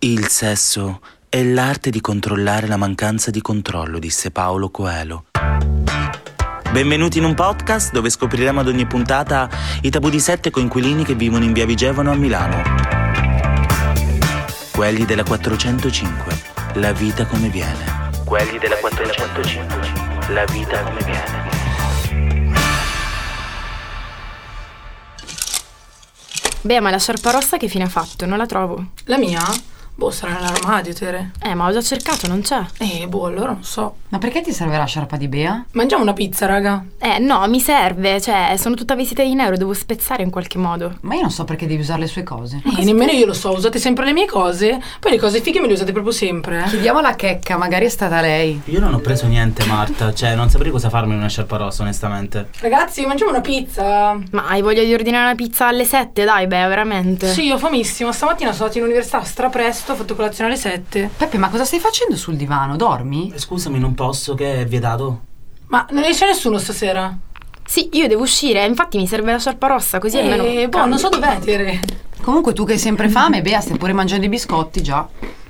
Il sesso è l'arte di controllare la mancanza di controllo, disse Paulo Coelho. Benvenuti in un podcast dove scopriremo ad ogni puntata i tabù di 7 coinquilini che vivono in via Vigevano a Milano. Quelli della 405, la vita come viene. Quelli della 405, la vita come viene. Beh, ma la sciarpa rossa che fine ha fatto? Non la trovo. La mia? Boh, sarà nell'armadio, Tere. Ma ho già cercato, non c'è. Allora non so. Ma perché ti serve la sciarpa di Bea? Mangiamo una pizza, raga. No, mi serve, cioè, sono tutta vestita di nero, devo spezzare in qualche modo. Ma io non so perché devi usare le sue cose. Nemmeno io lo so, usate sempre le mie cose. Poi le cose fighe me le usate proprio sempre, Chiediamo alla Checca, magari è stata lei. Io non ho preso niente, Marta. Cioè, non saprei cosa farmi in una sciarpa rossa, onestamente. Ragazzi, mangiamo una pizza. Ma hai voglia di ordinare una pizza alle 7? Dai, Bea, veramente. Sì, ho famissima. Stamattina sono andata in università strapresto, ho fatto colazione alle 7. Peppe, ma cosa stai facendo sul divano? Dormi? Scusami, non posso, che è vietato. Ma non esce nessuno stasera? Sì, io devo uscire, infatti mi serve la sciarpa rossa, così almeno boh, non so dov'è, Tere. Comunque tu che hai sempre fame, Bea, stai pure mangiando i biscotti già.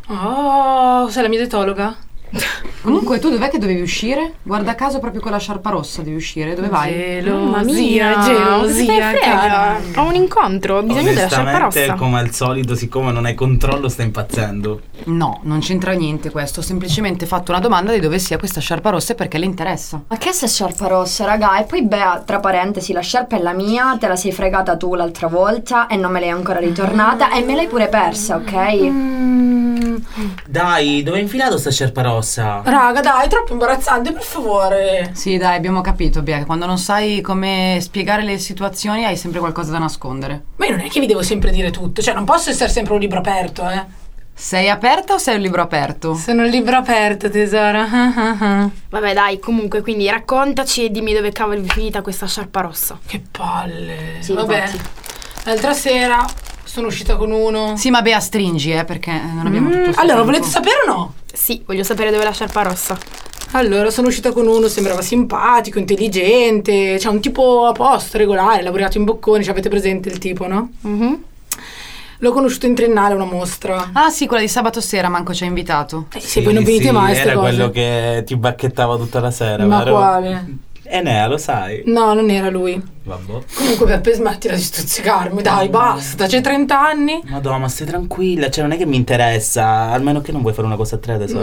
Oh, sei la mia dietologa? Comunque tu dov'è che dovevi uscire? Guarda caso proprio con la sciarpa rossa devi uscire, dove vai? Mamma mia, gelosia, cara. Ho un incontro, ho bisogno della sciarpa rossa. Onestamente, come al solito, siccome non hai controllo, stai impazzendo. No, non c'entra niente questo, ho semplicemente fatto una domanda di dove sia questa sciarpa rossa e perché le interessa. Ma che è sta sciarpa rossa, raga? E poi Bea, tra parentesi, la sciarpa è la mia, te la sei fregata tu l'altra volta e non me l'hai ancora ritornata e me l'hai pure persa, ok? Dai, dove hai infilato sta sciarpa rossa? Raga, dai, è troppo imbarazzante, per favore. Sì, dai, abbiamo capito, Bea, che quando non sai come spiegare le situazioni hai sempre qualcosa da nascondere. Ma io non è che vi devo sempre dire tutto, cioè non posso essere sempre un libro aperto, Sei aperta o sei un libro aperto? Sono un libro aperto, tesoro. Vabbè, dai, comunque, quindi raccontaci e dimmi dove cavolo è finita questa sciarpa rossa. Che palle. Sì, vabbè, infatti. L'altra sera sono uscita con uno. Sì, ma Bea, stringi, perché non abbiamo tutto sto Allora, tempo. volete sapere o no? Sì, voglio sapere dove è la sciarpa rossa. Allora, sono uscita con uno, sembrava simpatico, intelligente, cioè un tipo a posto, regolare, laureato in bocconi, avete presente il tipo, no? L'ho conosciuto in triennale a una mostra. Ah sì, quella di sabato sera, manco ci ha invitato. Sì, poi non venite mai ste era cose. quello che ti bacchettava tutta la sera, Ma vero? quale? Enea, lo sai? No, non era lui. Vabbè. Comunque Peppe, smettila di stuzzicarmi, dai, basta, c'hai 30 anni. Madonna, ma stai tranquilla, cioè non è che mi interessa, almeno che non vuoi fare una cosa a tre adesso.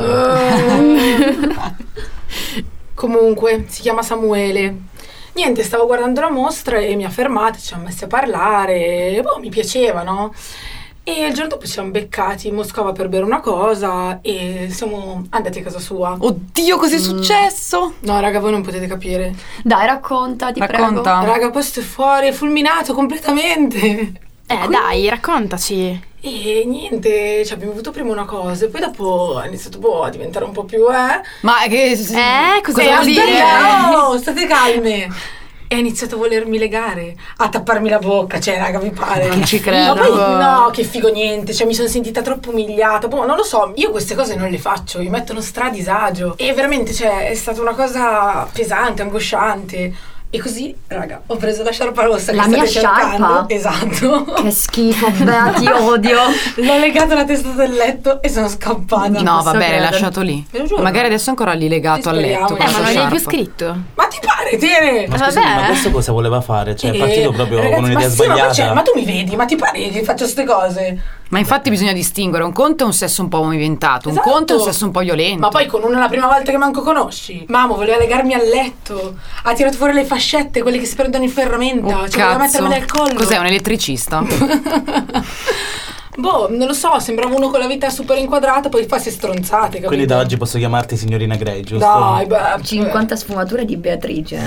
Comunque, si chiama Samuele. Niente, stavo guardando la mostra e mi ha fermata, ci siamo messi a parlare, e mi piaceva, no? E il giorno dopo ci siamo beccati in Moscova per bere una cosa e siamo andati a casa sua. Oddio, cos'è successo? No, raga, voi non potete capire. Dai, racconta, ti Racconta. prego. Raga, questo è fuori, è fulminato completamente. Dai, raccontaci. E niente, cioè abbiamo avuto prima una cosa e poi dopo ha iniziato a diventare un po' più, Ma che... Cosa vuol dire? No, state calme. E ha iniziato a volermi legare, a tapparmi la bocca, cioè raga, vi pare? Non ci credo. Ma poi no, che figo niente, cioè mi sono sentita troppo umiliata. Non lo so, io queste cose non le faccio, mi mettono stra disagio. E veramente, cioè, è stata una cosa pesante, angosciante. E così, raga, ho preso la sciarpa rossa La che mia state cercando. sciarpa? Esatto. Che schifo, Bea, ti odio. L'ho legata alla testa del letto e sono scappata. No, posso vabbè, l'hai credere. lasciato lì. Ve lo giuro. Magari adesso è ancora lì legato al Speriamo. letto. con la Ma sua non gli hai più sciarpa. scritto? Ma ti pare, Tere? Ma scusami, Vabbè. ma questo cosa voleva fare? Cioè, è partito proprio ragazzi, con un'idea ma sì, ma sbagliata. ma tu mi vedi, ma ti pare che faccio ste cose? Ma infatti bisogna distinguere, un conto è un sesso un po' movimentato, Esatto. un conto è un sesso un po' violento. Ma poi con una la prima volta che manco conosci. Mamma voleva legarmi al letto, ha tirato fuori le fascette, quelle che si prendono in ferramenta, cioè voleva mettermele al collo. Cos'è, un elettricista? Non lo so, sembrava uno con la vita super inquadrata, poi fa se stronzate, capito? Quindi da oggi posso chiamarti signorina Grey, giusto? Dai, beh. 50 sfumature di Beatrice.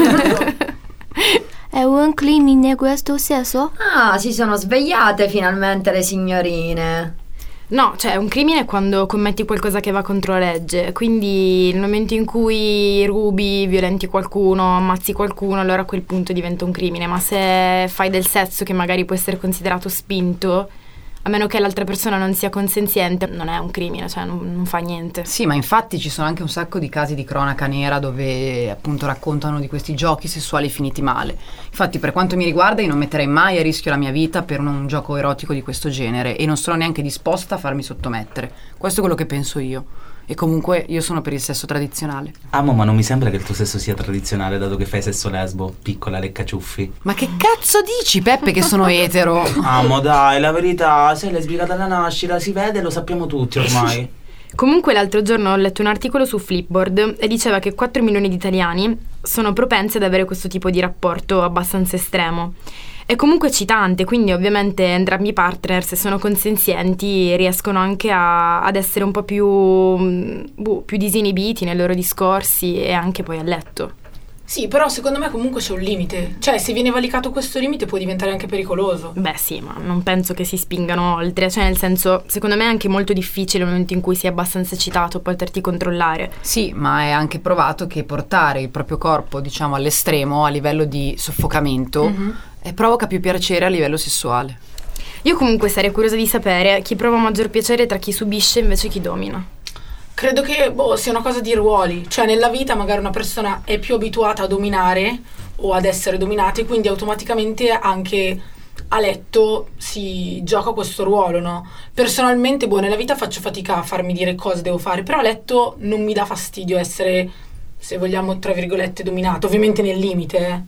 È un crimine questo sesso? Ah, si sono svegliate finalmente le signorine. No, cioè un crimine è quando commetti qualcosa che va contro legge. Quindi nel momento in cui rubi, violenti qualcuno, ammazzi qualcuno, allora a quel punto diventa un crimine. Ma se fai del sesso che magari può essere considerato spinto, a meno che l'altra persona non sia consenziente, non è un crimine, cioè non fa niente. Sì, ma infatti ci sono anche un sacco di casi di cronaca nera dove appunto raccontano di questi giochi sessuali finiti male. Infatti, per quanto mi riguarda, io non metterei mai a rischio la mia vita per un gioco erotico di questo genere e non sono neanche disposta a farmi sottomettere. Questo è quello che penso io. E comunque io sono per il sesso tradizionale. Amo, ma non mi sembra che il tuo sesso sia tradizionale, dato che fai sesso lesbo, piccola leccaciuffi. Ma che cazzo dici, Peppe, che sono etero? Amo, dai, la verità, sei lesbica dalla nascita, si vede, lo sappiamo tutti ormai. Comunque l'altro giorno ho letto un articolo su Flipboard e diceva che 4 milioni di italiani sono propensi ad avere questo tipo di rapporto abbastanza estremo. È comunque eccitante, quindi ovviamente entrambi i partner, se sono consenzienti, riescono anche ad essere un po' più disinibiti nei loro discorsi e anche poi a letto. Sì, però secondo me comunque c'è un limite. Cioè, se viene valicato questo limite può diventare anche pericoloso. Beh sì, ma non penso che si spingano oltre. Cioè, nel senso, secondo me è anche molto difficile nel momento in cui sei abbastanza eccitato poterti controllare. Sì, ma è anche provato che portare il proprio corpo, diciamo, all'estremo, a livello di soffocamento, provoca più piacere a livello sessuale. Io comunque sarei curiosa di sapere chi prova maggior piacere tra chi subisce invece chi domina. Credo che sia una cosa di ruoli. Cioè, nella vita magari una persona è più abituata a dominare o ad essere dominata e quindi automaticamente anche a letto si gioca questo ruolo, no? Personalmente, nella vita faccio fatica a farmi dire cosa devo fare, però a letto non mi dà fastidio essere, se vogliamo, tra virgolette, dominato, ovviamente nel limite.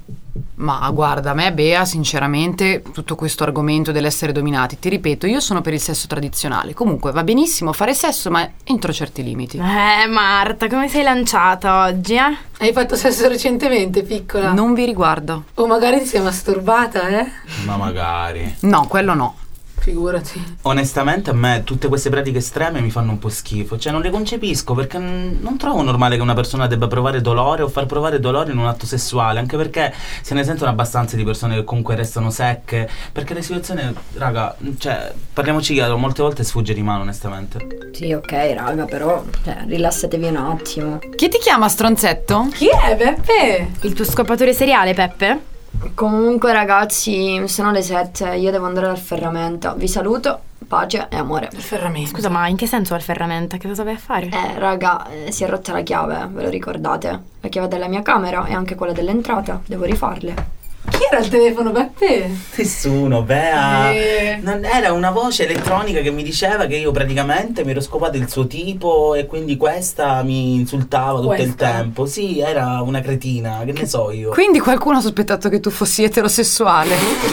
Ma guarda, a me, Bea, sinceramente, tutto questo argomento dell'essere dominati, ti ripeto, io sono per il sesso tradizionale. Comunque va benissimo fare sesso, ma entro certi limiti. Marta, come sei lanciata oggi, eh? Hai fatto sesso recentemente, piccola? Non vi riguarda. O magari ti sei masturbata, Ma magari. No, quello no. Figurati. Onestamente a me tutte queste pratiche estreme mi fanno un po' schifo. Cioè non le concepisco, perché non trovo normale che una persona debba provare dolore o far provare dolore in un atto sessuale. Anche perché se ne sentono abbastanza di persone che comunque restano secche. Perché le situazioni, raga, cioè parliamoci chiaro, molte volte sfugge di mano, onestamente. Sì, ok, raga, però rilassatevi un attimo. Chi ti chiama, stronzetto? Chi è, Beppe? Il tuo scopatore seriale, Peppe? Comunque, ragazzi, sono le 7, io devo andare al ferramenta. Vi saluto, pace e amore. Il ferramenta. Scusa, ma in che senso al ferramenta? Che cosa vai a fare? Raga, si è rotta la chiave, ve lo ricordate? La chiave della mia camera e anche quella dell'entrata, devo rifarle. Chi era il telefono, Beppe? Nessuno, Bea. Non era una voce elettronica che mi diceva che io praticamente mi ero scopato il suo tipo e quindi questa mi insultava tutto il tempo. Sì, era una cretina, che ne so io. Quindi qualcuno ha sospettato che tu fossi eterosessuale.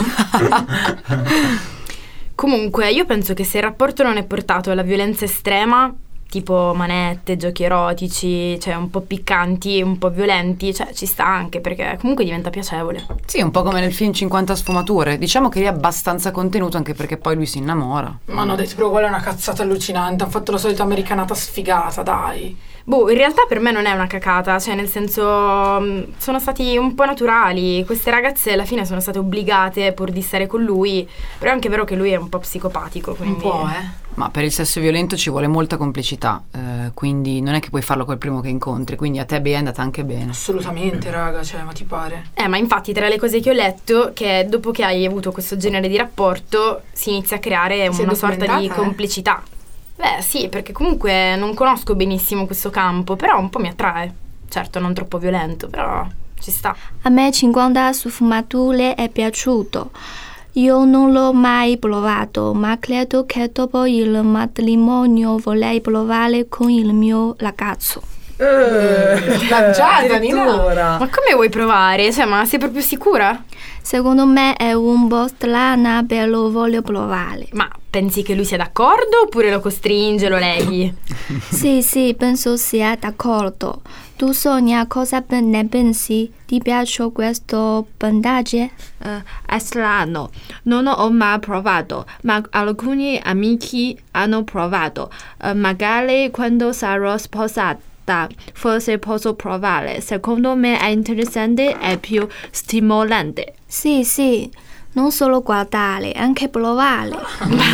Comunque, io penso che se il rapporto non è portato alla violenza estrema, tipo manette, giochi erotici, cioè un po' piccanti, un po' violenti, cioè ci sta anche, perché comunque diventa piacevole. Sì, un po' come nel film 50 sfumature. Diciamo che lì è abbastanza contenuto, anche perché poi lui si innamora. Ma no, dai, però quella è una cazzata allucinante. Hanno fatto la solita americanata sfigata, dai. In realtà per me non è una cacata, cioè nel senso sono stati un po' naturali. Queste ragazze alla fine sono state obbligate pur di stare con lui, però è anche vero che lui è un po' psicopatico, quindi... Un po', Ma per il sesso violento ci vuole molta complicità, quindi non è che puoi farlo col primo che incontri, quindi a te Bea è andata anche bene. Assolutamente, raga, cioè, ma ti pare? Ma infatti tra le cose che ho letto, che dopo che hai avuto questo genere di rapporto si inizia a creare una sorta di complicità. Beh sì, perché comunque non conosco benissimo questo campo, però un po' mi attrae. Certo, non troppo violento, però ci sta. A me 50 sfumature è piaciuto. Io non l'ho mai provato, ma credo che dopo il matrimonio vorrei provare con il mio ragazzo. Lanciata, Nina! Ma come vuoi provare? Cioè, ma sei proprio sicura? Secondo me è un po' strana, però lo voglio provare. Ma pensi che lui sia d'accordo oppure lo costringe, lo leghi? Sì, penso sia d'accordo. Tu, Sonia, cosa ne pensi? Ti piace questo bondage? È strano, non ho mai provato, ma alcuni amici hanno provato. Magari quando sarò sposata forse posso provare. Secondo me è interessante e più stimolante. Sì, non solo guardare, anche provare.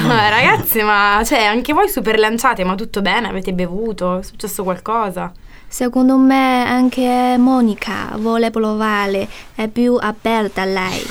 Ragazzi, ma cioè anche voi super lanciate, ma tutto bene? Avete bevuto? È successo qualcosa? Secondo me anche Monica vuole provare, è più aperta lei.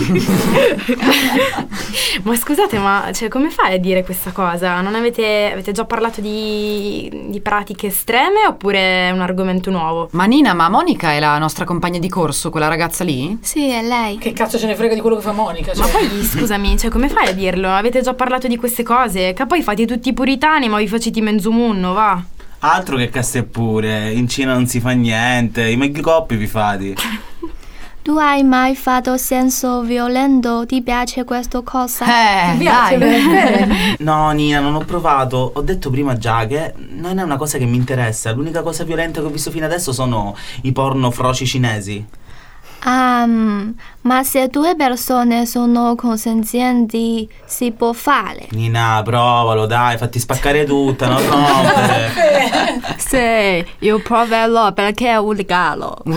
Ma scusate, cioè, come fai a dire questa cosa? Non avete già parlato di pratiche estreme oppure è un argomento nuovo? Ma Nina, ma Monica è la nostra compagna di corso, quella ragazza lì? Sì, è lei. Che cazzo ce ne frega di quello che fa Monica? Ma poi, scusami, cioè, come fai a dirlo? Avete già parlato di queste cose? Che poi fate tutti i puritani, ma vi facete mezzo munno, va? Altro che casse pure, in Cina non si fa niente, i megacoppi vi fate. Tu hai mai fatto senso violento? Ti piace questa cosa? Ti piace, dai. No, Nina, non ho provato. Ho detto prima già che non è una cosa che mi interessa. L'unica cosa violenta che ho visto fino adesso sono i porno froci cinesi. Ma se 2 persone sono consenzienti si può fare. Nina, provalo, dai, fatti spaccare tutta, non rompere. Sì, io proverò perché è un regalo. Un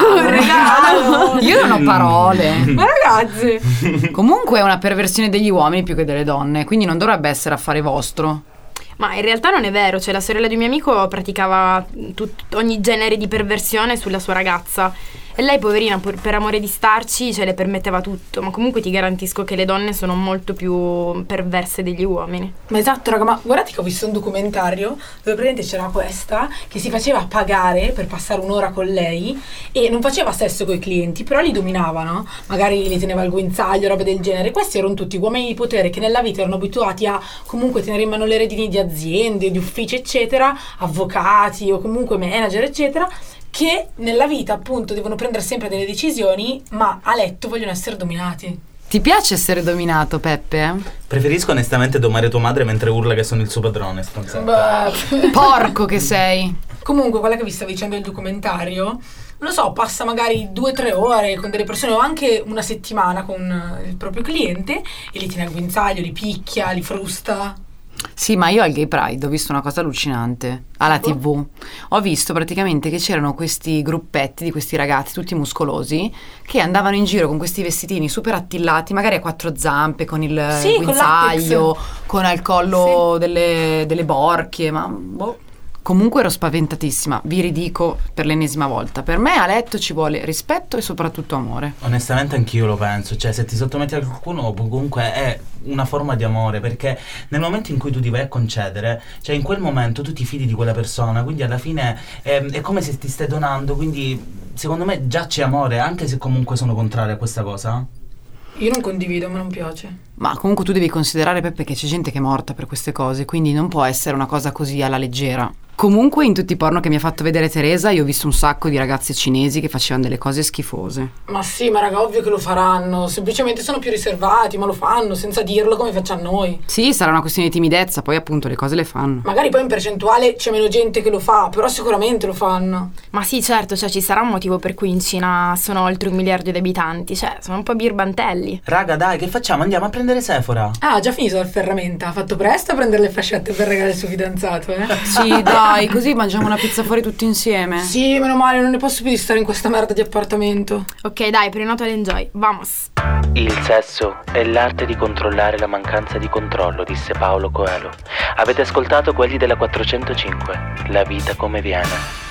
regalo. Io non ho parole. Ma ragazzi, Comunque è una perversione degli uomini più che delle donne, quindi non dovrebbe essere affare vostro. Ma in realtà non è vero, cioè la sorella di un mio amico praticava ogni genere di perversione sulla sua ragazza e lei, poverina, per amore di starci, le permetteva tutto, ma comunque ti garantisco che le donne sono molto più perverse degli uomini. ma esatto, raga, ma guardate che ho visto un documentario dove praticamente c'era questa che si faceva pagare per passare un'ora con lei e non faceva sesso coi clienti, però li dominava, no? Magari li teneva al guinzaglio, roba del genere. Questi erano tutti uomini di potere che nella vita erano abituati a comunque tenere in mano le redini di aziende, di uffici, eccetera, avvocati o comunque manager, eccetera, che nella vita appunto devono prendere sempre delle decisioni, ma a letto vogliono essere dominati. Ti piace essere dominato, Peppe? Preferisco onestamente domare tua madre mentre urla che sono il suo padrone, stronzata. Porco che sei. Comunque, quella che vi stavo dicendo del documentario, non lo so, passa magari 2-3 ore con delle persone o anche una settimana con il proprio cliente e li tiene al guinzaglio, li picchia, li frusta. Sì, ma io al Gay Pride ho visto una cosa allucinante alla TV. Ho visto praticamente che c'erano questi gruppetti di questi ragazzi tutti muscolosi che andavano in giro con questi vestitini super attillati, magari a 4 zampe, con il guinzaglio, con al collo delle borchie, ma boh. Comunque ero spaventatissima, vi ridico per l'ennesima volta. Per me a letto ci vuole rispetto e soprattutto amore. Onestamente anch'io lo penso, cioè se ti sottometti a qualcuno comunque è una forma di amore, perché nel momento in cui tu ti vai a concedere, cioè in quel momento tu ti fidi di quella persona, quindi alla fine è come se ti stai donando, quindi secondo me già c'è amore, anche se comunque sono contraria a questa cosa. Io non condivido, ma non piace. Ma comunque tu devi considerare, Peppe, che c'è gente che è morta per queste cose, quindi non può essere una cosa così alla leggera. Comunque in tutti i porno che mi ha fatto vedere Teresa io ho visto un sacco di ragazze cinesi che facevano delle cose schifose. Ma sì, ma raga, ovvio che lo faranno, semplicemente sono più riservati, ma lo fanno senza dirlo come facciamo noi. Sì, sarà una questione di timidezza, poi appunto le cose le fanno. Magari poi in percentuale c'è meno gente che lo fa, però sicuramente lo fanno. Ma sì, certo, cioè ci sarà un motivo per cui in Cina sono oltre 1 miliardo di abitanti, cioè sono un po' birbantelli. Raga, dai, che facciamo? Andiamo a prendere Sephora. Ah, già finito la ferramenta, ha fatto presto a prendere le fascette per regalare il suo fidanzato, Sì, dai, così mangiamo una pizza fuori tutti insieme. Sì, meno male, non ne posso più di stare in questa merda di appartamento. Ok, dai, prenoto all'enjoy, vamos. Il sesso è l'arte di controllare la mancanza di controllo, disse Paulo Coelho. Avete ascoltato Quelli della 405, La vita come viene.